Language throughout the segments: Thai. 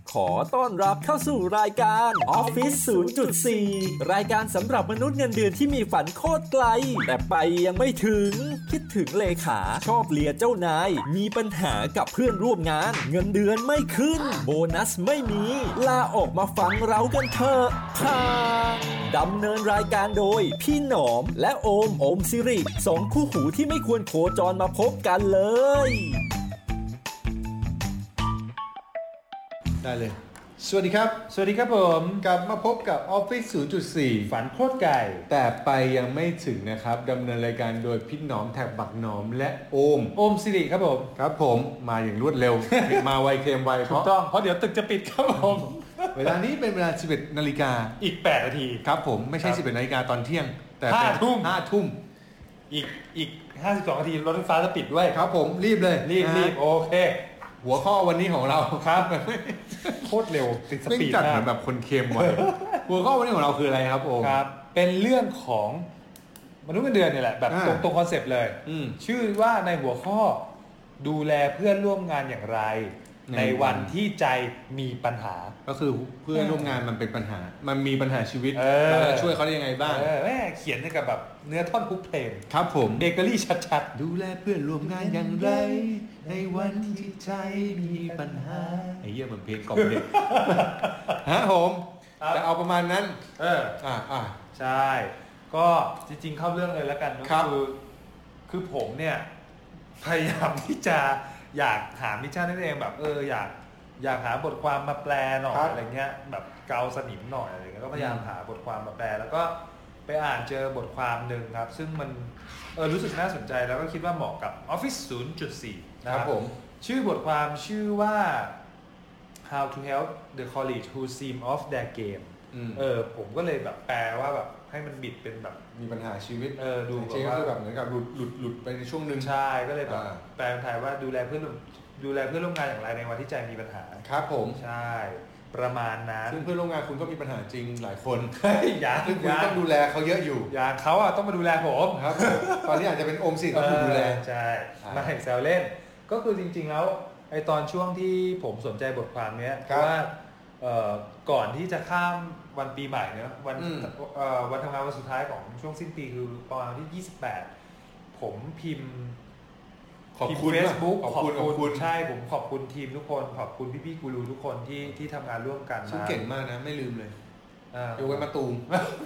ขอต้อนรับเข้าสู่รายการ Office 0.4 รายการสำหรับมนุษย์เงินเดือนที่มีฝันโคตรไกลแต่ไปยังไม่ถึงคิดถึงเลขาชอบเลียเจ้านายมีปัญหากับเพื่อนร่วมงานเงินเดือนไม่ขึ้นโบนัสไม่มีลาออกมาฟังเรากันเถอะค่ะดำเนินรายการโดยพี่หนอมและโอมสิริสองคู่หูที่ไม่ควรโคจรมาพบกันเลยได้เลยสวัสดีครับผมกลับมาพบกับ Office 0.4 ฝันโคตรไก่แต่ไปยังไม่ถึงนะครับดำเนินรายการโดยพี่หนอมแท็กบักหนอมและโอมสิริครับผมครับผมมาอย่างรวดเร็ว มาไวเคลมไวถูกต้องเพราะเดี๋ยวตึกจะปิดครับผมเวลานี้เป็นเวลา 11 นาฬิกาอีก8 นาทีครับผมไม่ใช่ 11 นาฬิกาตอนเที่ยงแต่เป็น 5 ทุ่มอีก52 นาทีรถไฟฟ้าจะปิดด้วยครับผมรีบเลยรีบโอเคหัวข้อวันนี้ของเราครับโคตรเร็วติดสปีดจัดเหมือนแบบคนเค็มไว้หัวข้อวันนี้ของเราคืออะไรครับโอมครับเป็นเรื่องของมนุษย์เงินเดือนเนี่ยแหละแบบตรงคอนเซปต์เลยชื่อว่าในหัวข้อดูแลเพื่อนร่วมงานอย่างไรในวันที่ใจมีปัญหาก็คือเพื่อนร่วมงานมันเป็นปัญหามันมีปัญหาชีวิตเราจะช่วยเขาได้ยังไงบ้างแม่เขียนกับแบบเนื้อท่อนคุกเพลงครับผมเบเกอรี่ชัดๆดูแลเพื่อนร่วมงานอย่างไรในวันที่ใจมีปัญหาไอ้เหี้ยเหมือนเพลงกล่อมเด็กฮะผมจะเอาประมาณนั้นใช่ก็จริงๆเข้าเรื่องเลยแล้วกันคือผมเนี่ยพยายามที่จะอยากหามิชชั่นนั่นเองแบบอยากหาบทความมาแปลหน่อยอะไรเงี้ยแบบเกาสนิมหน่อยอะไรเงี้ยก็พยายามหาบทความมาแปลแล้วก็ไปอ่านเจอบทความหนึ่งครับซึ่งมันรู้สึกน่าสนใจแล้วก็คิดว่าเหมาะกับ Office 0.4 นะครับผมชื่อบทความชื่อว่า How to help the colleague who seem off their game ผมก็เลยแบบแปลว่าแบบให้มันบิดเป็นแบบมีปัญหาชีวิตดูแบบว่าแบบเหมือนกับหลุดไปในช่วงนึงใช่ก็เลยแบบแปลเป็นไทยว่าดูแลเพื่อนร่วมงานอย่างไรในวันที่ใจมีปัญหาครับผมใช่ประมาณนั้นซึ่งเพื่อนร่วมงานคุณก็มีปัญหาจริงหลายคนซึ่งคุณต้องดูแลเขาเยอะอยู่อย่างเขาต้องมาดูแลผมครับตอนนี้อาจจะเป็นอมสิต้องดูแลใช่มาแซวเล่นก็คือจริงๆแล้วไอตอนช่วงที่ผมสนใจบทความนี้ว่าก่อนที่จะข้ามวันปีใหม่เนอะวันทำงานวันสุดท้ายของช่วงสิ้นปีคือประมาณที่28ผมพิมพ์ขอบคุณ Facebook ขอบคุณใช่ผมขอบคุณทีมทุกคนขอบคุณพี่ๆกูรูทุกคนที่ทำงานร่วมกันซึ่งเก่งมากนะไม่ลืมเลยยกเว้นมาตูม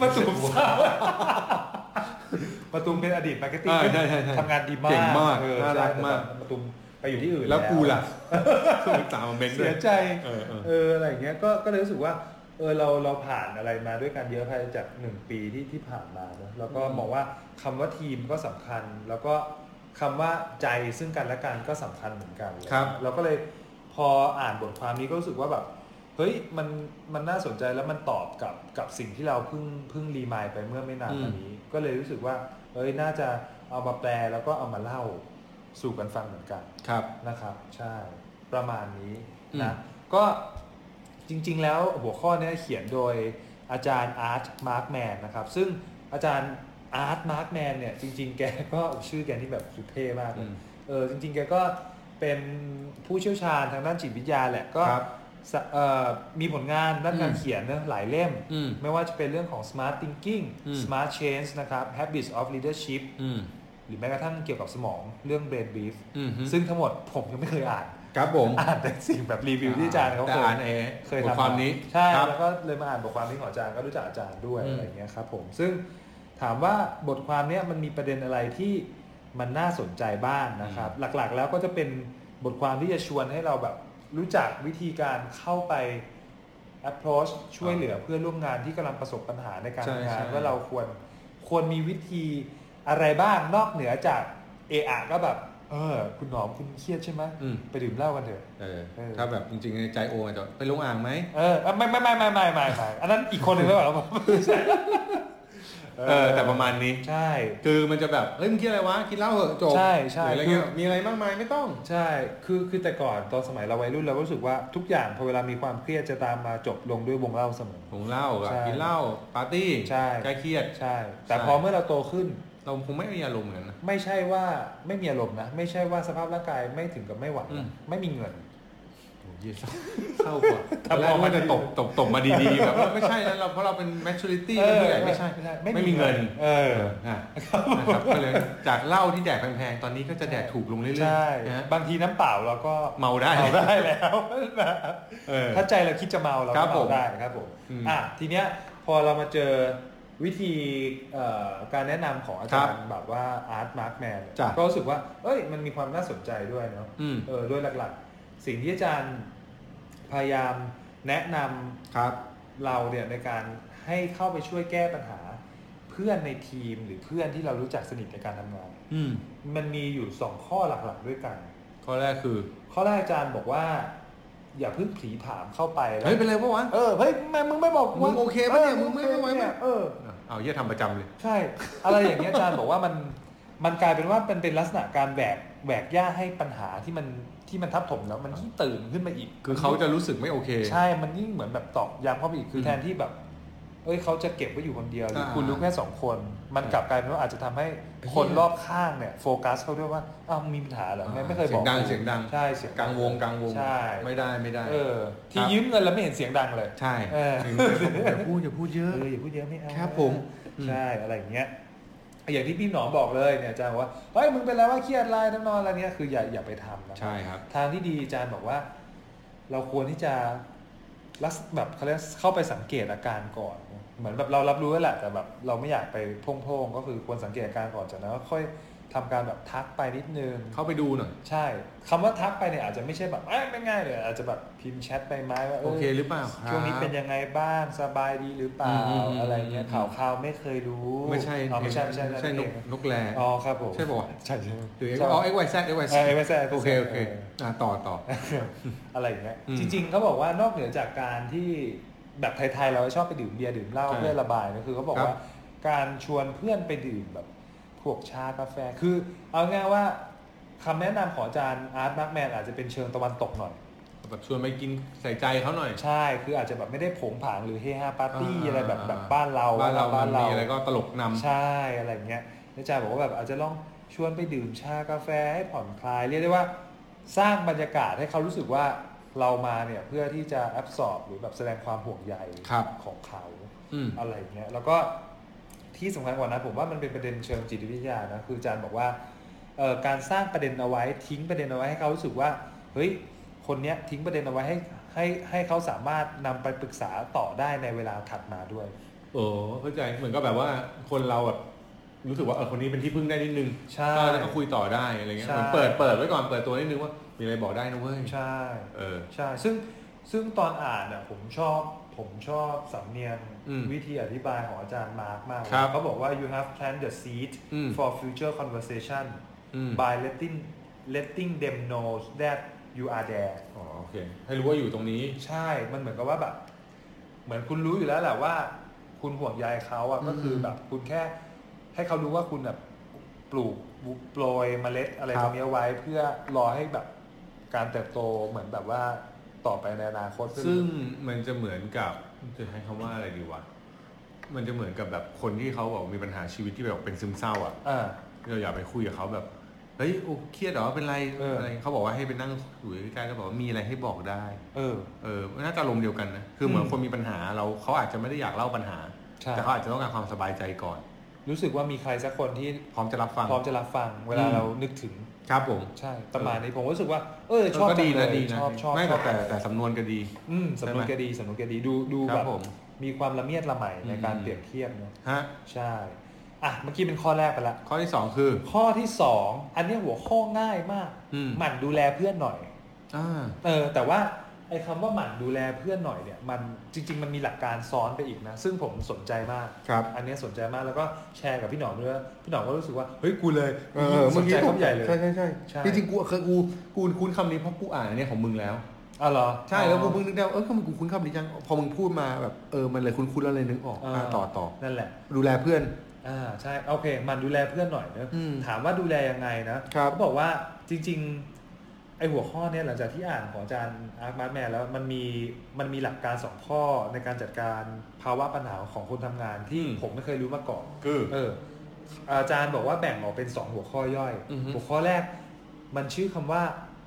เป็นอดีตมาร์เก็ตติ้งทำงานดีมากเก่งมากน่ารักมากมาตูมไปอยู่ที่อื่นแล้วกูล่ะตามมาเม้นเสียใจอะไรอย่างเงี้ยก็เลยรู้สึกว่าเราผ่านอะไรมาด้วยกันเยอะภายจาก1 ปีที่ผ่านมาเนอะแล้วก็มองว่าคำว่าทีมก็สำคัญแล้วก็คำว่าใจซึ่งกันและกันก็สำคัญเหมือนกันเราก็เลยพออ่านบทความนี้ก็รู้สึกว่าแบบเฮ้ยมันน่าสนใจแล้วมันตอบกับสิ่งที่เราเพิ่งรีมายไปเมื่อไม่นานมานี้ก็เลยรู้สึกว่าน่าจะเอามาแปลแล้วก็เอามาเล่าสู่กันฟังเหมือนกันนะครับใช่ประมาณนี้นะก็จริงๆแล้วหัวข้อนี้เขียนโดยอาจารย์อาร์ตมาร์คแมนนะครับซึ่งอาจารย์อาร์ตมาร์คแมนเนี่ยจริงๆแกก็ชื่อแกที่แบบสุดเท่มากเลยจริงๆแกก็เป็นผู้เชี่ยวชาญทางด้านจิตวิทยาแหละก็มีผลงานด้านการเขียนนะหลายเล่มไม่ว่าจะเป็นเรื่องของ smart thinking smart change นะครับ habits of leadership หรือแม้กระทั่งเกี่ยวกับสมองเรื่อง brain brief ซึ่งทั้งหมดผมยังไม่เคยอ่านครับผมอ่านแต่สิ่งแบบรีวิวที่อาจารย์เขาเคยทำความนี้ใช่แล้วก็เลยมาอ่านบทความนี้ของอาจารย์ก็รู้จักอาจารย์ด้วยอะไรเงี้ยครับผมซึ่งถามว่าบทความนี้มันมีประเด็นอะไรที่มันน่าสนใจบ้างนะครับหลักๆแล้วก็จะเป็นบทความที่จะชวนให้เราแบบรู้จักวิธีการเข้าไป approach ช่วยเหลือเพื่อนร่วมงานที่กำลังประสบปัญหาในการทำงานว่าเราควรมีวิธีอะไรบ้างนอกเหนือจากก็แบบคุณหนอมคุณเครียดใช่ไหมไปดื่มเหล้ากันเถอะถ้าแบบจริงๆใจโอจะไปลงอ่างไหมไม่อันนั้นอีกคนหนึ่งแล้วเหรอแต่ประมาณนี้ใช่คือมันจะแบบมึงคิดอะไรวะคิดเหล้าเหอะจบใช่อะไรเงี้ยมีอะไรมากมายไม่ต้องใช่คือแต่ก่อนตอนสมัยเราวัยรุ่นเราก็รู้สึกว่าทุกอย่างพอเวลามีความเครียดจะตามมาจบลงด้วยวงเหล้าเสมอวงเหล้ากินเหล้าปาร์ตี้ใกล้เครียดใช่แต่พอเมื่อเราโตขึ้นเราคงไม่มีอารมณ์เหมือนนะไม่ใช่ว่าไม่มีอารมณ์นะไม่ใช่ว่าสภาพร่างกายไม่ถึงกับไม่ไหวไม่มีเงินเศร้ากว่าตอนแรกว่าจะตบมาดีๆแบบว่าไม่ใช่แล้วเราเพราะเราเป็น maturity เป็นผู้ใหญ่ไม่ใช่ไม่มีเงินนะครับก็เลยจากเหล้าที่แดกแพงๆตอนนี้ก็จะแดกถูกลงเรื่อยๆใช่บางทีน้ำเปล่าเราก็เมาได้แล้วถ้าใจเราคิดจะเมาเราก็เมาได้ครับผมทีเนี้ยพอเรามาเจอวิธีการแนะนำของอาจารย์แบบว่าอาร์ตมาร์คแมนก็รู้สึกว่ามันมีความน่าสนใจด้วยเนาะด้วยหลักๆสิ่งที่อาจารย์พยายามแนะนำเราเนี่ยในการให้เข้าไปช่วยแก้ปัญหาเพื่อนในทีมหรือเพื่อนที่เรารู้จักสนิทในการทำงานมันมีอยู่2ข้อหลักๆด้วยกันข้อแรกคือข้อแรกอาจารย์บอกว่าอย่าเพิ่งผลีผามเข้าไปเฮ้ยเป็นไรปะวะเฮ้ยมึงไม่บอกมึงโอเคปะเนี่ยมึงไม่ไหวมั้ยเอาเหี้ยทำประจำเลยใช่อะไรอย่างเงี้ยอาจารย์บอกว่ามันกลายเป็นว่าเป็นลักษณะการแหวกหญ้าให้ปัญหาที่มันทับถมแล้วมันยิ่งตื่นขึ้นมาอีกคือเขาจะรู้สึกไม่โอเคใช่มันยิ่งเหมือนแบบตอกย้ำเข้าไปอีกคือแทนที่แบบเขาจะเก็บไว้อยู่คนเดียวหรือคุณรู้แค่2คนมันกลับกลายเป็นว่าอาจจะทำให้คนรอบข้างเนี่ยโฟกัสเขาด้วยว่ามีปัญหาเหรอไม่เคยบอกเสียงดังใช่เสียงกลางวงใช่ไม่ได้ที่ยืมเงินแล้วไม่เห็นเสียงดังเลยใช่อย่าพูดเยอะอย่าพูดเยอะไม่เอาครับผมใช่อะไรอย่างเงี้ยอย่างที่พี่หนอมบอกเลยเนี่ยอาจารย์บอกว่าเฮ้ยมึงเป็นอะไรวะเครียดอะไรน้ำนอนอะไรเนี้ยคืออย่าไปทำนะใช่ครับทางที่ดีอาจารย์บอกว่าเราควรที่จะแบบเขาเรียกเข้าไปสังเกตอาการก่อนเหมือนแบบเรารับรู้แล้วแหละแต่แบบเราไม่อยากไปโพ่งๆก็คือควรสังเกตอาการก่อนจากนั้นก็ค่อยทำการแบบทักไปนิดนึงเข้าไปดูหน่อยใช่คำว่าทักไปเนี่ยอาจจะไม่ใช่แบบไม่ง่ายเลยอาจจะแบบพิมพ์แชทไปไหมว่าโอเคหรือเปล่าช่วงนี้เป็นยังไงบ้างสบายดีหรือเปล่าอะไรเงี้ยข่าวไม่เคยรู้ไม่ใช่นกแร้ครับผมใช่ป่ะใช่หรือXYZ โอเคต่ออะไรอย่างเงี้ยจริงๆเขาบอกว่านอกเหนือจากการที่แบบไทยๆเราชอบไปดื่มเบียร์ดื่มเหล้าเพื่อระบายนะคือเขาบอกว่าการชวนเพื่อนไปดื่มแบบพวกชากาแฟคือเอาง่ายว่าคำแนะนำของอาจารย์อาร์ตมาร์คแมนอาจจะเป็นเชิงตะวันตกหน่อยแบบชวนไปกินใส่ใจเขาหน่อยใช่คืออาจจะแบบไม่ได้ผงผางหรือเฮฮาปาร์ตี้อะไรแบบบ้านเรามีอะไรก็ตลกนำใช่อะไรเงี้ยอาจารย์บอกว่าแบบอาจจะลองชวนไปดื่มชากาแฟให้ผ่อนคลายเรียกได้ว่าสร้างบรรยากาศให้เขารู้สึกว่าเรามาเนี่ยเพื่อที่จะแอบสอบหรือแบบแสดงความห่วงใยของเขาอะไรเงี้ยแล้วก็ที่สำคัญกว่านั้นผมว่ามันเป็นประเด็นเชิงจิตวิทยานะคืออาจารย์บอกว่าการสร้างประเด็นเอาไว้ทิ้งประเด็นเอาไว้ให้เขารู้สึกว่าเฮ้ยคนเนี้ยทิ้งประเด็นเอาไว้ให้เขาสามารถนำไปปรึกษาต่อได้ในเวลาถัดมาด้วยเข้าใจเหมือนก็แบบว่าคนเราแบบรู้สึกว่าคนนี้เป็นที่พึ่งได้นิดนึงใช่แล้วก็คุยต่อได้อะไรเงี้ยเหมือนเปิดไว้ก่อนเปิดตัวนิดนึงว่ามีอะไรบอกได้นะเว้ยใช่ใช่ซึ่งตอนอ่านเนี่ยผมชอบสำเนียงวิธีอธิบายของอาจารย์มาร์คมากเขาบอกว่า you have planted the seed for future conversation by letting them know that you are there โอเคให้รู้ว่าอยู่ตรงนี้ใช่มันเหมือนกับว่าแบบเหมือนคุณรู้อยู่แล้วแหละว่าคุณห่วงใยเขาอ่ะก็คือแบบคุณแค่ให้เขารู้ว่าคุณแบบปลูกโปรยเมล็ดอะไรตรงนี้ไว้เพื่อรอให้แบบการเติบโตเหมือนแบบว่าต่อไปในอนาคตซึ่งมันจะเหมือนกับจะให้คำว่าอะไรดีวะมันจะเหมือนกับแบบคนที่เขาบอกมีปัญหาชีวิตที่แบบเป็นซึมเศร้าอ่ะเราอยากไปคุยกับเขาแบบเฮ้ยเครียดเหรอเป็นไรอะไรเขาบอกว่าให้ไปนั่งอยู่ใกล้ๆก็บอกว่ามีอะไรให้บอกได้น่าจะอารมณ์เดียวกันนะคือเหมือนคนมีปัญหาเขาอาจจะไม่ได้อยากเล่าปัญหาแต่เขาอาจจะต้องการความสบายใจก่อนรู้สึกว่ามีใครสักคนที่พร้อมจะรับฟังเวลาเรานึกถึงครับผมใช่ประมาณนี้ผมรู้สึกว่าชอบก็ดีนะชอบไม่แต่สำนวนก็ดีสำนวนก็ดีดูแบบมีความละเมียดละไมในการเปรียบเทียบเนาะใช่เมื่อกี้เป็นข้อแรกไปละข้อที่2คือข้อที่2อันนี้หัวข้อง่ายมากหมั่นดูแลเพื่อนหน่อยแต่ว่าไอ้คำว่าหมั่นดูแลเพื่อนหน่อยเนี่ยมันจริงๆมันมีหลักการซ้อนไปอีกนะซึ่งผมสนใจมากอันนี้สนใจมากแล้วก็แชร์กับพี่หนอมด้วยพี่หนอมก็รู้สึกว่าเฮ้ยกูเลยสนใจเขาใหญ่เลยใช่จริงๆกูคุ้นคำนี้เพราะกูอ่านอันนี้ของมึงแล้วเหรอใช่แล้วกูเพิ่งนึกได้ทำไมกูคุ้นคำนี้จังพอมึงพูดมาแบบมันเลยคุ้นๆแล้วเลยนึกออกต่อนั่นแหละดูแลเพื่อนใช่โอเคมันดูแลเพื่อนหน่อยนะถามว่าดูแลยังไงนะเขาบอกว่าจริงๆไอหัวข้อเนี้ยหลังจากที่อ่านของอาจารย์อาร์ตมาร์คแมนแล้วมันมีหลักการ2ข้อในการจัดการภาวะปัญหาของคนทำงานที่ผมไม่เคยรู้มาก่อนคืออาจารย์บอกว่าแบ่งออกเป็น2หัวข้อย่อยหัวข้อแรกมันชื่อคำว่า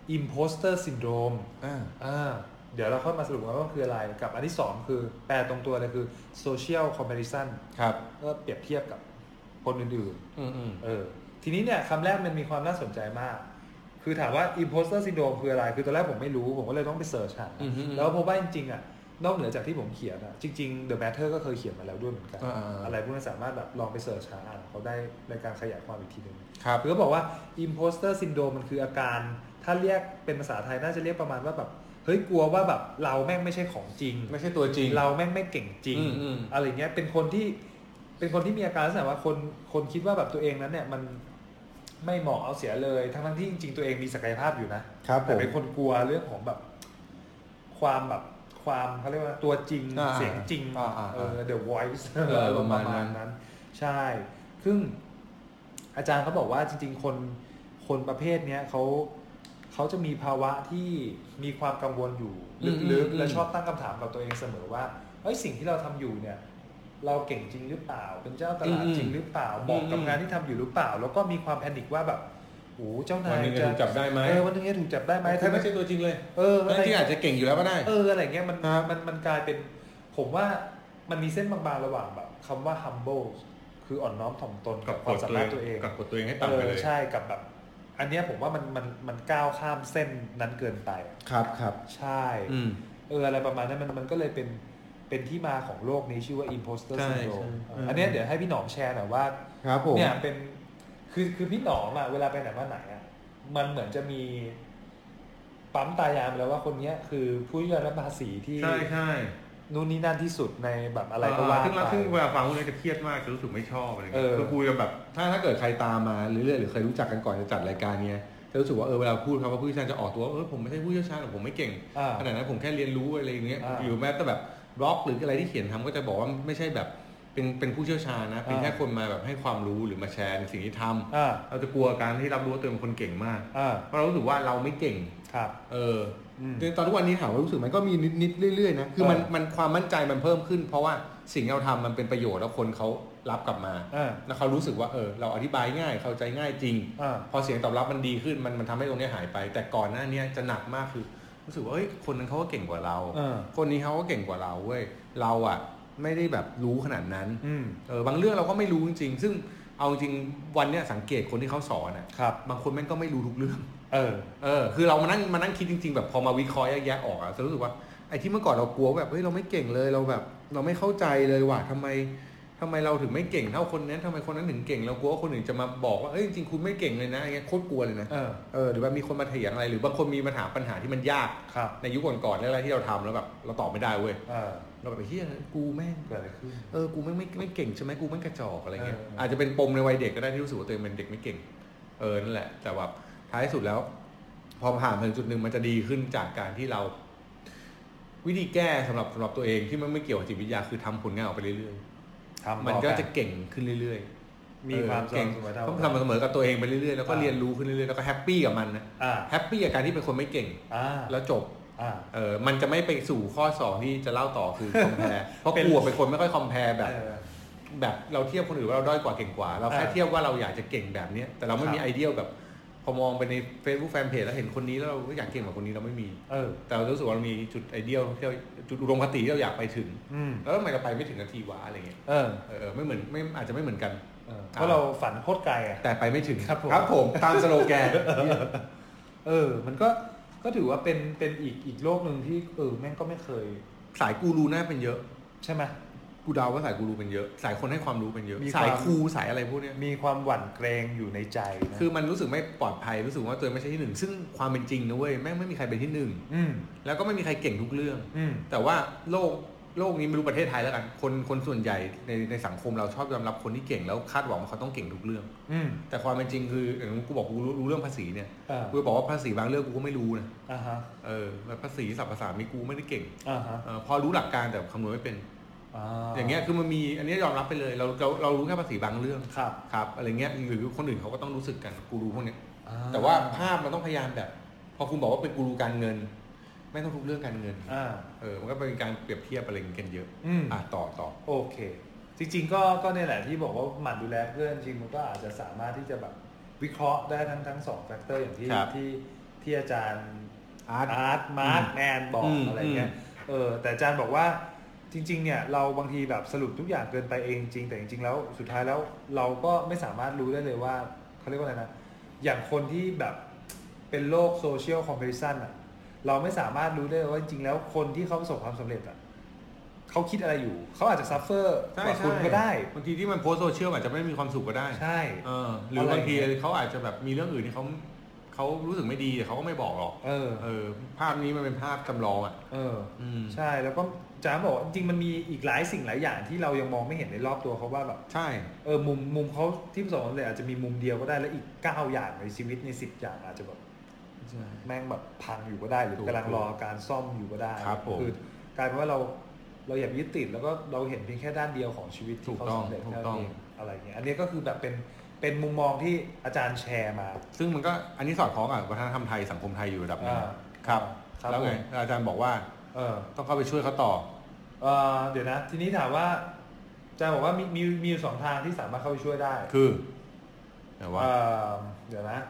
imposter syndrome เดี๋ยวเราค่อยมาสรุปกันว่าคืออะไรกับอันที่2คือแปลตรงตัวเลยคือ social comparison ครับก็เปรียบเทียบกับคนอื่นๆทีนี้เนี่ยคำแรกมันมีความน่าสนใจมากคือถามว่า imposter syndrome คืออะไรคือตอนแรกผมไม่รู้ผมก็เลยต้องไปเสิร์ชหาแล้วพบว่าจริงๆนอกเหนือจากที่ผมเขียนจริงๆ The Matter ก็เคยเขียนมาแล้วด้วยเหมือนกันอะไรพวกนั้นสามารถแบบลองไปเสิร์ชหาเขาได้ในการขยายความอีกทีนึงคือเขาบอกว่า imposter syndrome มันคืออาการถ้าเรียกเป็นภาษาไทยน่าจะเรียกประมาณว่าแบบเฮ้ยกลัวว่าแบบเราแม่งไม่ใช่ของจริงไม่ใช่ตัวจริงเราแม่งไม่เก่งจริงอะไรเงี้ยเป็นคนที่มีอาการลักษณะว่าคนคิดว่าแบบตัวเองนั้นเนี่ยมันไม่เหมาะเอาเสียเลยทั้งที่จริงๆตัวเองมีศักยภาพอยู่นะแต่เป็นคนกลัวเรื่องของแบบความเขาเรียกว่าตัวจริงเสียงจริงthe voice ประมาณนั้นใช่ซึ่งอาจารย์เขาบอกว่าจริงๆคนประเภทเนี้ยเขาจะมีภาวะที่มีความกังวลอยู่ลึกๆและชอบตั้งคำถามกับตัวเองเสมอว่าเฮ้ยสิ่งที่เราทำอยู่เนี่ยเราเก่งจริงหรือเปล่าเป็นเจ้าตลาดจริงหรือเปล่าเหมาะกับงานที่ทำอยู่หรือเปล่าแล้วก็มีความแพนิคว่าแบบโอ้เจ้านายจะถูกจับได้ไหมวันนึงจะถูกจับได้ไหมถ้าไม่ใช่ตัวจริงเลยจริงอาจจะเก่งอยู่แล้วก็ได้อะไรเงี้ยมันกลายเป็นผมว่ามันมีเส้นบางๆระหว่างแบบคำว่า humble คืออ่อนน้อมถ่อมตนกับความสามารถตัวเองกับกดตัวเองให้ต่ำไปเลยใช่กับแบบอันนี้ผมว่ามันก้าวข้ามเส้นนั้นเกินไปครับใช่อะไรประมาณนั้นมันก็เลยเป็นที่มาของโรคนี้ชื่อว่า imposter syndrome อันนี้เดี๋ยวให้พี่หนอมแชร์หน่อยว่าเนี่ยเป็นคือพี่หนอมเวลาไปไหนมาไหนมันเหมือนจะมีปั๊มตายามแล้วว่าคนนี้คือผู้ยื่นรับภาษีที่ใช่นู่นนี่นั่นที่สุดในแบบอะไรก็ว่าไปซึ่งเวลาฟังพวกนี้จะเครียดมากจะรู้สึกไม่ชอบอะไรเงี้ยคือคุยกันแบบถ้าเกิดใครตามมาเรื่อยๆหรือเคยรู้จักกันก่อนจะจัดรายการเนี้ยจะรู้สึกว่าเวลาพูดคำว่าผู้เชี่ยวชาญจะออกตัวผมไม่ใช่ผู้เชี่ยวชาญหรอกผมไม่เก่งขนาดนั้นผมแค่เรียนรู้อะไรอย่างเงี้ยหรือแม้แต่แบบบล็อกหรืออะไรที่เขียนทำก็จะบอกว่าไม่ใช่แบบเป็นผู้เชี่ยวชาญนะเป็นแค่คนมาแบบให้ความรู้หรือมาแชร์ในสิ่งที่ทำเราจะกลัวการที่รับรู้ว่าตัวเองเป็นคนเก่งมากเพราะเรารู้สึกว่าเราไม่เก่งตอนทุกวันนี้ถามว่ารู้สึกมันก็มีนิดเรื่อยๆนะคือมันความมั่นใจมันเพิ่มขึ้นเพราะว่าสิ่งที่เราทำมันเป็นประโยชน์แล้วคนเขารับกลับมาแล้วเขารู้สึกว่าเราอธิบายง่ายเข้าใจง่ายจริงพอเสียงตอบรับมันดีขึ้นมันทำให้ตรงนี้หายไปแต่ก่อนหน้านี้จะหนักมากคือรู้สึกว่าคนนั้นเขาก็เก่งกว่าเราคนนี้เขาก็เก่งกว่าเราเว้ยเราไม่ได้แบบรู้ขนาดนั้นบางเรื่องเราก็ไม่รู้จริงๆซึ่งเอาจริงวันนี้สังเกตคนที่เขาสอนบางคนแม่งก็ไม่รู้ทุกเรื่องคือเรามานั่งคิดจริงๆแบบพอมาวิเคราะห์แยกๆออกจะรู้สึกว่าไอ้ที่เมื่อก่อนเรากลัวแบบเฮ้ยเราไม่เก่งเลยเราแบบเราไม่เข้าใจเลยว่าทำไมเราถึงไม่เก่งเท่าคนนั้นทำไมคนนั้นถึงเก่งเรากลัวว่าคนอื่นจะมาบอกว่าจริงๆคุณไม่เก่งเลยนะอย่างเงี้ยโคตรกลัวเลยนะหรือว่ามีคนมาเถียงอะไรหรือบางคนมีปัญหาที่มันยากในยุคก่อนๆอะไรที่เราทำแล้วแบบเราตอบไม่ได้เว้ยเราแบบเฮียกูแม่งเกิดอะไรขึ้นกูไม่เก่งใช่ไหมกูแม่งกระจอกอะไรเงี้ยอาจจะเป็นปมในวัยเด็กก็ได้ที่รู้สึกว่าตัวเองเป็นเด็กไม่เก่งนั่นแหละแต่แบบท้ายสุดแล้วพอผ่านไปจุดหนึ่งมันจะดีขึ้นจากการที่เราวิธีแก้สำหรับตัวเองที่มันไม่เกี่ยวกับจิตวิทยาคือทำผลงานออกไปเรื่อยๆมันก็จะเก่งขึ้นเรื่อยๆมีความเก่งต้องทำเสมอกับตัวเองไปเรื่อยๆแล้วก็เรียนรู้ขึ้นเรื่อยๆแล้วก็แฮปปี้กับมันนะแฮปปี้กับการที่เป็นคนไม่เก่งแล้วจบมันจะไม่ไปสู่ข้อ2ที่จะเล่าต่อคือคอมแพร์เพราะกลัวเป็นคนไม่ค่อยคอมแพร์แบบเราเทียบคนอื่นว่าเราด้อยกว่าเก่งกว่าเราแค่เทียบว่าเราอยากจะเก่งแบบนี้แต่เราไม่มีไอเดียแบบพอมองไปใน Facebook Fanpage แล้วเห็นคนนี้แล้วเราก็อยากเก่งกว่าคนนี้เราไม่มีแต่เรารู้สึกว่าเรามีจุดไอเดียที่เราจุดอุดมคติที่เราอยากไปถึงแล้วทำไมเราไปไม่ถึงนาทีวะอะไรเงี้ยไม่เหมือนไม่อาจจะไม่เหมือนกันเพราะเราฝันโคตรไกลแต่ไปไม่ถึงครับผมตามสโลแกนมันก็ถือว่าเป็นอีกโลกนึงที่แม่งก็ไม่เคยสายกูรูน่าเป็นเยอะใช่ไหมกูเดาว่าสายกูรูเป็นเยอะสายคนให้ความรู้เป็นเยอะสายครูสายอะไรพวกนี้มีความหวั่นเกรงอยู่ในใจนะคือมันรู้สึกไม่ปลอดภัยรู้สึกว่าตัวไม่ใช่ที่1ซึ่งความเป็นจริงนะเว้ยแม่งไม่มีใครเป็นที่1แล้วก็ไม่มีใครเก่งทุกเรื่องแต่ว่าโลกนี้ไม่รู้ประเทศไทยแล้วกันคนส่วนใหญ่ในสังคมเราชอบยอมรับคนที่เก่งแล้วคาดหวังว่าเขาต้องเก่งทุกเรื่องแต่ความเป็นจริงคืออย่างกูบอกกูรู้เรื่องภาษีเนี่ยกูบอกว่าภาษีบางเรื่องกูก็ไม่รู้นะภาษีศัพท์ภาษามีกูไม่ได้เก่งพอรู้หลักการแต่คำนวณไม่เป็นอย่างเงี้ยคือมันมีอันนี้ยอมรับไปเลยเรารู้แค่ภาษีบางเรื่องครับอะไรเงี้ยหรือคนอื่นเขาก็ต้องรู้สึกกันกูรู้พวกนี้แต่ว่าภาพมันต้องพยายามแบบพอคุณบอกว่าเป็นกูรูการเงินไม่ต้องทุกเรื่องการเงินมันก็เป็นการเปรียบเทียบอะไรกันเยอะต่อโอเคจริงๆก็เนี่ยแหละที่บอกว่าหมั่นดูแลเพื่อนจริงมันก็อาจจะสามารถที่จะแบบวิเคราะห์ได้ทั้ง2แฟกเตอร์อย่างที่ที่อาจารย์อาร์ตมาร์คแมนบอกอะไรเงี้ยแต่อาจารย์บอกว่าจริงๆเนี่ยเราบางทีแบบสรุปทุกอย่างเกินไปเองจริงแต่จริงๆแล้วสุดท้ายแล้วเราก็ไม่สามารถรู้ได้เลยว่าเขาเรียกว่าอะไรนะอย่างคนที่แบบเป็นโลกโซเชียลคอมเพลชันอ่ะเราไม่สามารถรู้ได้ว่าจริงๆแล้วคนที่เขาประสบความสำเร็จอ่ะเขาคิดอะไรอยู่เขาอาจจะซัฟเฟอร์กว่าคุณก็ได้บางทีที่มันโพสโซเชียลอาจจะไม่มีความสุขก็ได้ใช่หรือบางทีเขาอาจจะแบบมีเรื่องอื่นที่เขารู้สึกไม่ดีแต่เขาก็ไม่บอกหรอกภาพนี้มันเป็นภาพจำลองอ่ะใช่แล้วก็จ๋าบอกจริงมันมีอีกหลายสิ่งหลายอย่างที่เรายังมองไม่เห็นในรอบตัวเขาว่าแบบใช่มุมเขาที่ประสบความสำเร็จอาจจะมีมุมเดียวก็ได้แล้วอีก9อย่างในชีวิตใน10อย่างอาจจะแบบแม่งแบบพังอยู่ก็ได้หรือกำลังรอการซ่อมอยู่ก็ได้คือกลายเป็นว่าเราอย่ายึดติดแล้วก็เราเห็นเพียงแค่ด้านเดียวของชีวิตที่เขาสำเร็จแค่นี้อะไรเงี้ยอันนี้ก็คือแบบเป็นมุมมองที่อาจารย์แชร์มาซึ่งมันก็อันนี้สอดคล้องกับวัฒนธรรมไทยสังคมไทยอยู่ระดับนึงครับแล้วไงอาจารย์บอกว่าต้องเข้าไปช่วยเขาต่อเดี๋ยวนะทีนี้ถามว่าอาจารย์บอกว่ามีอยู่2ทางที่สามารถเข้าไปช่วยได้คือเดี๋ยวนะ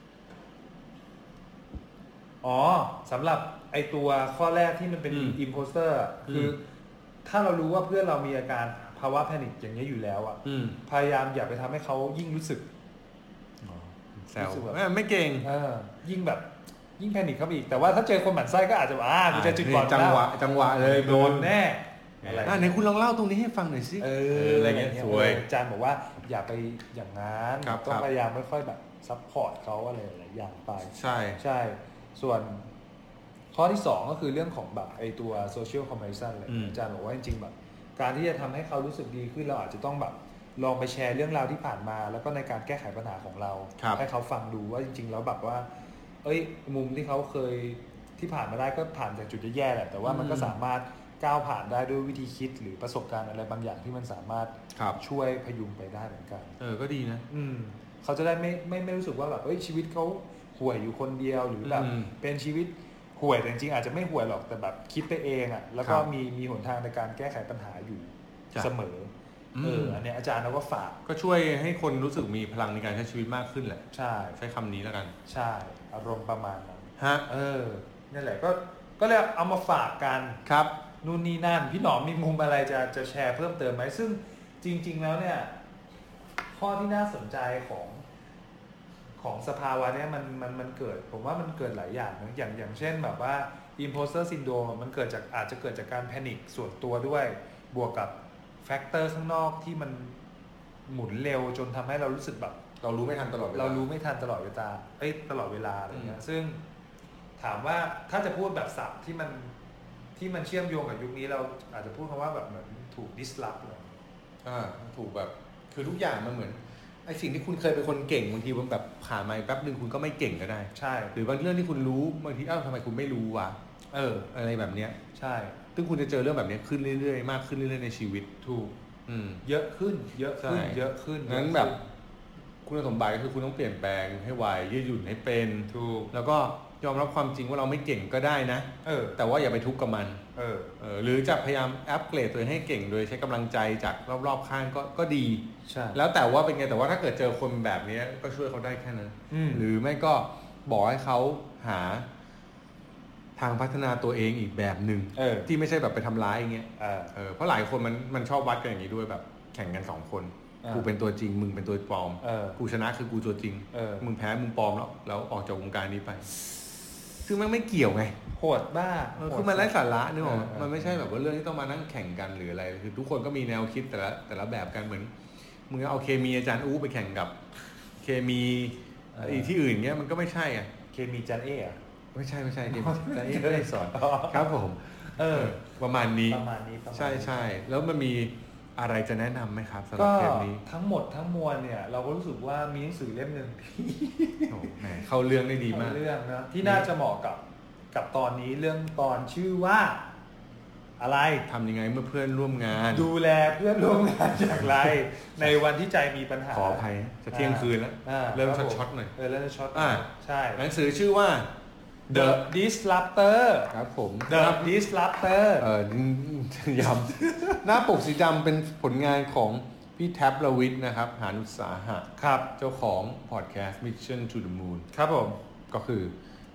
สำหรับไอตัวข้อแรกที่มันเป็น imposter คือถ้าเรารู้ว่าเพื่อนเรามีอาการภาวะแพนิคอย่างนี้อยู่แล้วอ่ะพยายามอย่าไปทำให้เขายิ่งรู้สึกแซวไม่เก่งยิ่งแบบยิ่งแพนิคเข้าไปอีกแต่ว่าถ้าเจอคนหมั่นไส้ก็อาจจะกูจะจุดบอดจังหวะเลยโดนแน่อะไรไหนคุณลองเล่าตรงนี้ให้ฟังหน่อยสิอะไรเงี้ยสวยอาจารย์บอกว่าอย่าไปอย่างนั้นต้องพยายามค่อยๆแบบซัพพอร์ตเขาอะไรหลายอย่างไปใช่ส่วนข้อที่2ก็คือเรื่องของแบบไอตัว social comparison เลยอาจารย์บอกว่าจริงๆแบบการที่จะทำให้เขารู้สึกดีขึ้นเราอาจจะต้องแบบลองไปแชร์เรื่องราวที่ผ่านมาแล้วก็ในการแก้ไขปัญหาของเราให้เขาฟังดูว่าจริงๆแล้วแบบว่ามุมที่เขาเคยที่ผ่านมาได้ก็ผ่านจากจุดแย่ๆแหละแต่ว่ามันก็สามารถก้าวผ่านได้ด้วยวิธีคิดหรือประสบการณ์อะไรบางอย่างที่มันสามารถช่วยพยุงไปได้เหมือนกันก็ดีนะเขาจะได้ไม่รู้สึกว่าแบบชีวิตเขาห่วยอยู่คนเดียวหรือแบบเป็นชีวิตห่วยแต่จริงๆอาจจะไม่ห่วยหรอกแต่แบบคิดไปเองอ่ะแล้วก็มีหนทางในการแก้ไขปัญหาอยู่เสมออันนี้อาจารย์เราก็ฝากก็ช่วยให้คนรู้สึกมีพลังในการใช้ชีวิตมากขึ้นแหละใช้คำนี้แล้วกันใช่อารมณ์ประมาณนั้นฮะนั่นแหละก็เลยเอามาฝากกันครับนู่นนี่นั่นพี่หนอมมีมุมอะไรจะแชร์เพิ่มเติมไหมซึ่งจริงๆแล้วเนี่ยข้อที่น่าสนใจของสภาวะเนี้ยมันเกิดผมว่ามันเกิดหลายอย่างนะอย่างเช่นแบบว่า imposter syndrome มันเกิดจากอาจจะเกิดจากการแพนิคส่วนตัวด้วยบวกกับแฟกเตอร์ข้างนอกที่มันหมุนเร็วจนทำให้เรารู้สึกแบบเรารู้ไม่ทันตลอดเรารู้ไม่ทันตลอดเวลาตลอดเวลาอะไรเงี้ยซึ่งถามว่าถ้าจะพูดแบบศัพท์ที่มันเชื่อมโยงกับยุคนี้เราอาจจะพูดคำว่าแบบเหมือนถูก disrupt เลยถูกแบบคือทุกอย่างมันเหมือนไอสิ่งที่คุณเคยเป็นคนเก่งบางทีมันแบบผ่านมาแป๊บนึงคุณก็ไม่เก่งก็ได้ใช่หรือบางเรื่องที่คุณรู้บางทีทำไมคุณไม่รู้วะอะไรแบบเนี้ยใช่ซึ่งคุณจะเจอเรื่องแบบนี้ขึ้นเรื่อยๆมากขึ้นเรื่อยๆในชีวิตถูกเยอะขึ้นนั้นแบบคุณสมบัติก็คือคุณต้องเปลี่ยนแปลงให้ไวยืดหยุ่นให้เป็นถูกแล้วก็ยอมรับความจริงว่าเราไม่เก่งก็ได้นะแต่ว่าอย่าไปทุกข์กับมันหรือจะพยายามอัปเกรดตัวเองให้เก่งโดยใช้กำลังใจจากรอบๆข้างก็ดีแล้วแต่ว่าเป็นไงแต่ว่าถ้าเกิดเจอคนแบบนี้ก็ช่วยเขาได้แค่นั้นหรือไม่ก็บอกให้เขาหาทางพัฒนาตัวเองอีกแบบหนึ่งที่ไม่ใช่แบบไปทำร้ายอย่างเงี้ยเพราะหลายคนมันชอบวัดกันอย่างนี้ด้วยแบบแข่งกัน2คนกูเป็นตัวจริงมึงเป็นตัวปลอมกูชนะคือกูตัวจริงมึงแพ้มึงปลอมแล้วออกจากวงการนี้ไปซึ่งมันไม่เกี่ยวไงโหดบ้าคือมันไร้สาระนึกออกมันไม่ใช่แบบว่าเรื่องที่ต้องมานั่งแข่งกันหรืออะไรคือทุกคนก็มีแนวคิดแต่ละแบบกันเหมือนมึงเอาเคมีอาจารย์อู้ไปแข่งกับเคมีที่อื่นเงี้ยมันก็ไม่ใช่ไงเคมีอาจารย์ไม่ใช่เคมีอาจารย์ไม่ได้สอนครับผมประมาณนี้ใช่แล้วมันมีอะไรจะแนะนำไหมครับสำหรับเทปนี้ทั้งหมดทั้งมวลเนี่ยเราก็รู้สึกว่ามีหนังสือเล่มนึงเข้าเรื่องได้ดีมากเรื่องนะที่น่าจะเหมาะกับตอนนี้เรื่องตอนชื่อว่าอะไรทำยังไงเมื่อเพื่อนร่วมงานดูแลเพื่อนร่วมงานอย่างไรในวันที่ใจมีปัญหาขออภัยจะเที่ยงคืนแล้วเริ่มช็อตหน่อยเริ่มช็อตใช่หนังสือชื่อว่า The Disruptor ครับผม The Disruptor ย้ำหน้าปกสีดำเป็นผลงานของพี่แท็บลวิทนะครับหานุสาหะครับเจ้าของพอดแคสต์ Mission to the Moon ครับผมก็คือ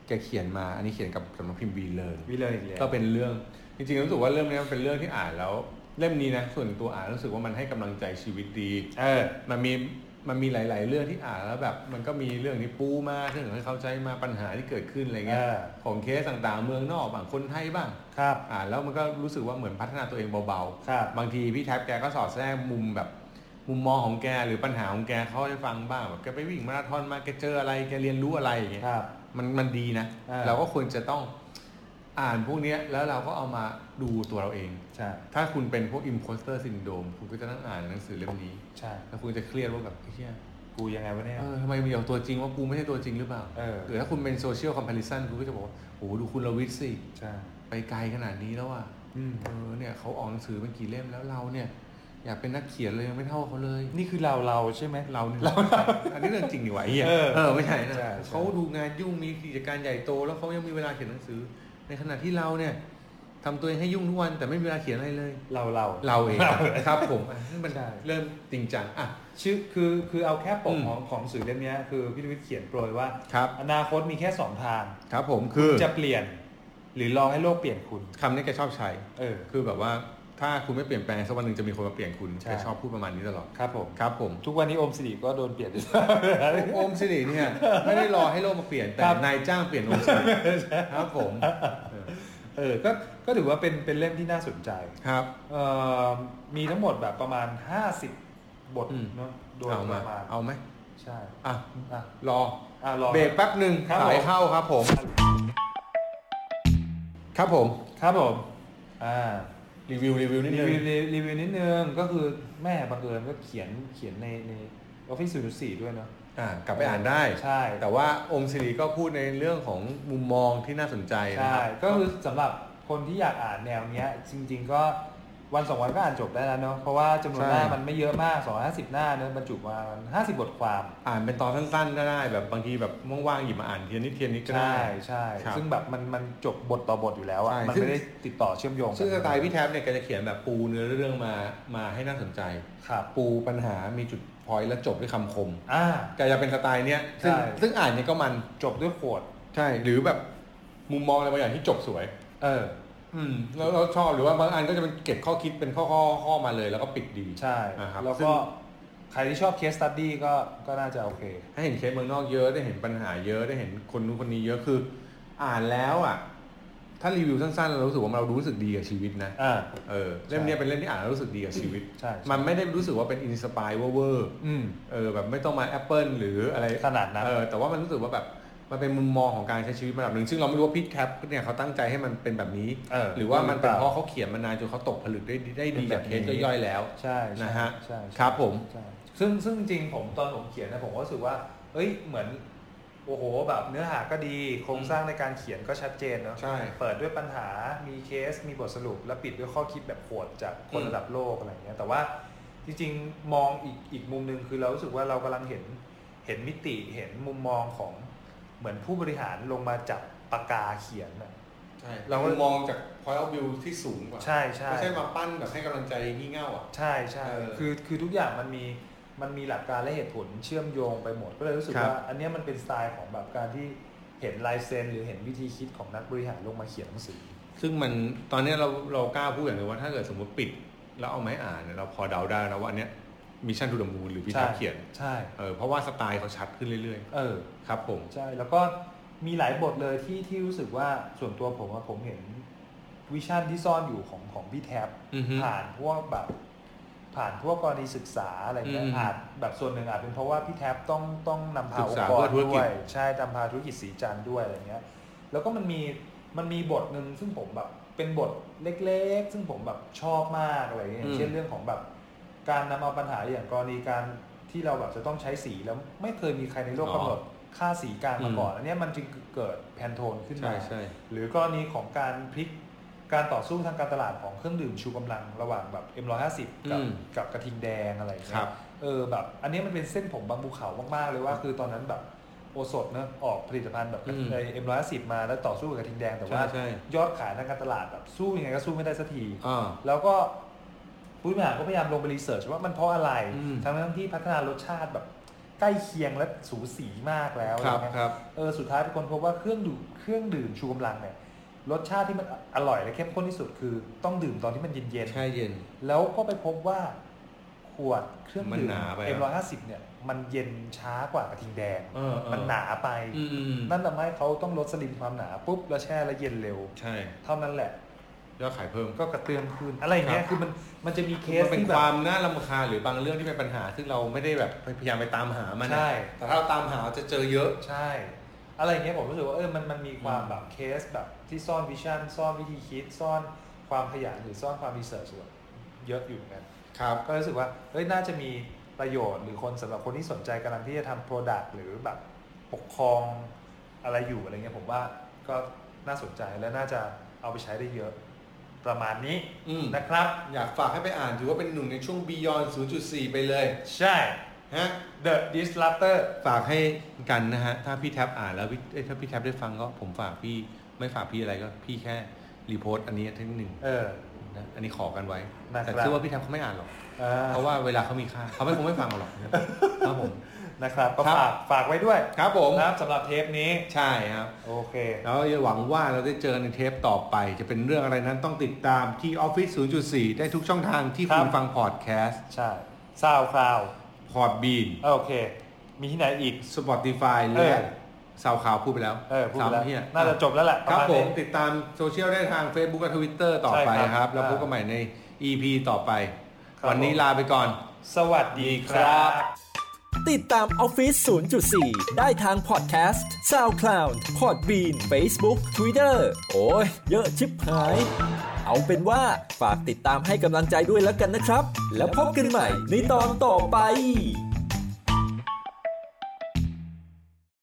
แกเขียนมาอันนี้เขียนกับสำนักพิมพ์วีเลอร์อีกแล้วก็เป็นเรื่องจริงๆรู้สึกว่าเรื่องนี้มันเป็นเรื่องที่อ่านแล้วเล่มนี้นะส่วนตัวอ่านรู้สึกว่ามันให้กำลังใจชีวิตดีมันมีหลายๆเรื่องที่อ่านแล้วแบบมันก็มีเรื่องที่ปูมาเรื่องให้เข้าใจมาปัญหาที่เกิดขึ้นอะไรเงี้ยของเคสต่างๆเมืองนอกบางคนไทยบ้างอ่านแล้วมันก็รู้สึกว่าเหมือนพัฒนาตัวเองเบาๆบางทีพี่แท็บแกก็สอดแทรกมุมมองของแกหรือปัญหาของแกเขาให้ฟังบ้างแบบแกไปวิ่งมาราธอนมาแกเจออะไรแกเรียนรู้อะไรอย่างเงี้ยมันดีนะเราก็ควรจะต้องอ่านพวกนี้แล้วเราก็เอามาดูตัวเราเองถ้าคุณเป็นพวก imposter syndrome คุณก็จะนั่งอ่านหนังสือเล่มนี้แล้วคุณจะเครียดว่าแบบเฮียกูยังไงวะเนี่ยทำไมมีเอาตัวจริงว่ากูไม่ใช่ตัวจริงหรือเปล่าหรือถ้าคุณเป็น social comparison คุณก็จะบอกว่าโหดูคุณลวิทย์สิไปไกลขนาดนี้แล้วอ่ะเนี่ยเขาออกหนังสือเป็นกี่เล่มแล้วเราเนี่ยอยากเป็นนักเขียนเลยยังไม่เท่าเขาเลยนี่คือเราใช่ไหมเราอันนี้เรื่องจริงดีกว่าไม่ใช่นะเขาดูงานยุ่งมีกิจการใหญ่โตแล้วเขายังมีเวลาเขียนหนังสือในขณะที่เราเนี่ยทำตัวเองให้ยุ่งทุกวันแต่ไม่มีเวลาเขียนอะไรเลยเราเองครับผมมันเริ่มจริงจังอ่ะชื่อคือเอาแค่ปกของสื่อเล่มนี้คือพี่วิทย์เขียนโปรยว่าอนาคตมีแค่2ทางครับผมคือจะเปลี่ยนหรือรอให้โลกเปลี่ยนคุณคำนี้แกชอบใช้คือแบบว่าถ้าคุณไม่เปลี่ยนแปลงสักวันหนึ่งจะมีคนมาเปลี่ยนคุณแกชอบพูดประมาณนี้ตลอดครับผมทุกวันนี้โอมสิริก็โดนเปลี่ยนโอมสิริเนี่ยไม่ได้รอให้โลกมาเปลี่ยนแต่นายจ้างเปลี่ยนโอมสิริครับผมก็ถือว่าเป็นเล่มที่น่าสนใจครับมีทั้งหมดแบบประมาณ50บทเนาะโดยประมาณเอาไหมใช่รอเบรกแป๊บนึงขายเข้าครับผมรีวิวนิดนึงก็คือแม่บังเอิญก็เขียนใน Office 0.4 ด้วยเนาะกลับไปอ่านได้ใช่แต่ว่าอมศิริก็พูดในเรื่องของมุมมองที่น่าสนใจนะครับก็คือสำหรับคนที่อยากอ่านแนวเนี้ยจริงๆก็วัน2วันก็อ่านจบได้แล้วเนาะเพราะว่าจำนวนหน้ามันไม่เยอะมาก250หน้าเนอะบรรจุมา50บทความอ่านเป็นตอนสั้นๆก็ได้แบบบางทีแบบว่างๆหยิบมาอ่านทีนิดก็ได้ใช่ซึ่งแบบมันจบบทต่อบทอยู่แล้วอ่ะมันไม่ได้ติดต่อเชื่อมโยงซึ่งสไตล์พี่แท็บเนี่ยแกจะเขียนแบบปูเนื้อเรื่องมาให้น่าสนใจปูปัญหามีจุดพอยต์แล้วจบด้วยคำคมแกจะเป็นสไตล์เนี้ยซึ่งอ่านเนี่ยก็มันจบด้วยโคตรใช่หรือแบบมุมมองอะไรบางอย่างที่จบสวยแล้วเราชอบหรือว่าบางอันก็จะเป็นเก็บข้อคิดเป็นข้อมาเลยแล้วก็ปิดดีใช่แล้วก็ใครที่ชอบเคสสตั๊ดดี้ก็น่าจะโอเคให้เห็นเคสเมืองนอกเยอะได้เห็นปัญหาเยอะได้เห็นคนนู้นคนนี้เยอะคืออ่านแล้วอ่ะถ้ารีวิวสั้นๆเรารู้สึกว่าเรารู้สึกดีกับชีวิตนะเล่มนี้เป็นเล่มที่อ่านแล้วรู้สึกดีกับชีวิตมันไม่ได้รู้สึกว่าเป็นอินสไปร์เวอร์แบบไม่ต้องมา Apple หรืออะไรขนาดนั้นแต่ว่ามันรู้สึกว่าแบบมันเป็นมุมมองของการใช้ชีวิตระดับหนึ่งซึ่งเราไม่รู้ว่าพี่แคปเนี่ยเขาตั้งใจให้มันเป็นแบบนี้หรือว่ามันเป็นเพราะเขาเขียนมานานจนเขาตกผลึกได้ดีแบบเคสย่อยๆแล้วใช่นะฮะครับผมซึ่งจริงผมตอนผมเขียนนะผมก็รู้สึกว่าเหมือนโอ้โหแบบเนื้อหาก็ดีโครงสร้างในการเขียนก็ชัดเจนเนาะเปิดด้วยปัญหามีเคสมีบทสรุปแล้วปิดด้วยข้อคิดแบบโหดจากคนระดับโลกอะไรเงี้ยแต่ว่าจริงๆมองอีกมุมนึงคือเรารู้สึกว่าเรากำลังเห็นมิติเห็นมุมมองของเหมือนผู้บริหารลงมาจับปากกาเขียนน่ะใช่เรามองจาก point of view ที่สูงกว่าใช่ไม่ใช่มาปั้นแบบให้กำลังใจงี่เง่าอ่ะใช่คือทุกอย่างมันมีหลักการและเหตุผลเชื่อมโยงไปหมดก็เลยรู้สึกว่าอันนี้มันเป็นสไตล์ของแบบการที่เห็นลายเซ็นหรือเห็นวิธีคิดของนักบริหารลงมาเขียนหนังสือซึ่งมันตอนนี้เรากล้าพูดอย่างนึงว่าถ้าเกิดสมมติปิดแล้วเอาไม้อ่านเราพอเดาได้นะว่าอันเนี้ยมิชชั่นทูเดอะมูนหรือพี่ทักเขียนใช่เพราะว่าสไตล์เขาชัดขึ้นเรื่อยๆครับผมใช่แล้วก็มีหลายบทเลยที่รู้สึกว่าส่วนตัวผมเห็นวิชั่นที่ซ่อนอยู่ของพี่แท็บผ่านพวกกรณีศึกษาอะไรเงี้ยอาจแบบส่วนหนึ่งอาจเป็นเพราะว่าพี่แท็บต้องนำพาองค์กรด้วยใช่นำพาธุรกิจสีจันทร์ด้วยอะไรเงี้ยแล้วก็มันมีบทนึงซึ่งผมแบบเป็นบทเล็กๆซึ่งผมแบบชอบมากอะไรเงี้ยเช่นเรื่องของแบบการนำเอาปัญหาอย่างกรณีการที่เราแบบจะต้องใช้สีแล้วไม่เคยมีใครในโลกกำหนดค่าสีกลางมาก่อนอันนี้มันจึงเกิดแพนโทนขึ้นมาหรือกรณีของการพลิกการต่อสู้ทางการตลาดของเครื่องดื่มชูกำลังระหว่างแบบ M150 กับกระทิงแดงอะไรอย่างเงี้ยแบบอันนี้มันเป็นเส้นผมบางภูเขามากๆเลยว่าคือตอนนั้นแบบโอสถนะออกผลิตภัณฑ์แบบใน M150 มาแล้วต่อสู้กับกระทิงแดงแต่ว่ายอดขายทางการตลาดแบบสู้ยังไงก็สู้ไม่ได้สักทีแล้วก็ผู้บริหารก็พยายามลงไปรีเสิร์ชว่ามันเพราะอะไรทั้งที่พัฒนารสชาติแบบใกล้เคียงและสูสีมากแล้วครับสุดท้ายเป็นคนพบว่าเครื่องดื่มชูกำลังเนี่ยรสชาติที่มันอร่อยและเข้มข้นที่สุดคือต้องดื่มตอนที่มันเย็นๆใช่เย็นแล้วก็ไปพบว่าขวดเครื่องดื่ม M150 เนี่ยมันเย็นช้ากว่ากระทิงแดงมันหนาไปนั่นทำให้เขาต้องลดสลิมความหนาปุ๊บแล้วแช่แล้วเย็นเร็วใช่เท่านั้นแหละยอดขายเพิ่มก็กระเตื้องขึ้นอะไรอย่างเงี้ยคือมันจะมีเคสที่แบบความน่ารำคาญหรือบางเรื่องที่เป็นปัญหาซึ่งเราไม่ได้แบบพยายามไปตามหามันใช่แต่ถ้าเราตามหาจะเจอเยอะใช่อะไรอย่างเงี้ยผมรู้สึกว่ามันมีความแบบเคสแบบที่ซ่อนวิชั่นซ่อนวิธีคิดซ่อนความขยันหรือซ่อนความรีเสิร์ชเยอะอยู่เหมือนกันครับก็รู้สึกว่าน่าจะมีประโยชน์หรือคนสำหรับคนที่สนใจกำลังที่จะทำโปรดักต์หรือแบบปกครองอะไรอยู่อะไรเงี้ยผมว่าก็น่าสนใจและน่าจะเอาไปใช้ได้เยอะประมาณนี้นะครับอยากฝากให้ไปอ่านถือว่าเป็นหนึ่งในช่วง Beyond 0.4 ไปเลยใช่ฮะ The Disruptor ฝากให้กันนะฮะถ้าพี่แท็บอ่านแล้วถ้าพี่แท็บได้ฟังก็ผมฝากพี่ไม่ฝากพี่อะไรก็พี่แค่รีโพสต์อันนี้ทั้งหนึ่งอันนี้ขอกันไว้แต่เชื่อว่าพี่แท็บเขาไม่อ่านหรอกเพราะว่าเวลาเขามีค่าเขาคงไม่ฟังหรอกครับผมนะครับก็ฝากไว้ด้วยครับผมนะครับสำหรับเทปนี้ใช่ครับโอเคแล้วหวังว่าเราได้เจอในเทปต่อไปจะเป็นเรื่องอะไรนั้นต้องติดตามที่ Office 0.4 ได้ทุกช่องทางที่คุณฟังพอดแคสต์ใช่ SoundCloud Podbean โอเคมีที่ไหนอีก Spotify และSoundCloud พูดไปแล้วน่าจะจบแล้วแหละครับผมติดตามโซเชียลได้ทาง Facebook และ Twitter ต่อไปครับแล้วพบกันใหม่ใน EP ต่อไปวันนี้ลาไปก่อนสวัสดีครับติดตาม Office 0.4 ได้ทางพอดแคสต์ SoundCloud Podbean Facebook Twitter โอ้ยเยอะชิบหายเอาเป็นว่าฝากติดตามให้กำลังใจด้วยแล้วกันนะครับแล้วพบกันใหม่ในตอนต่อไป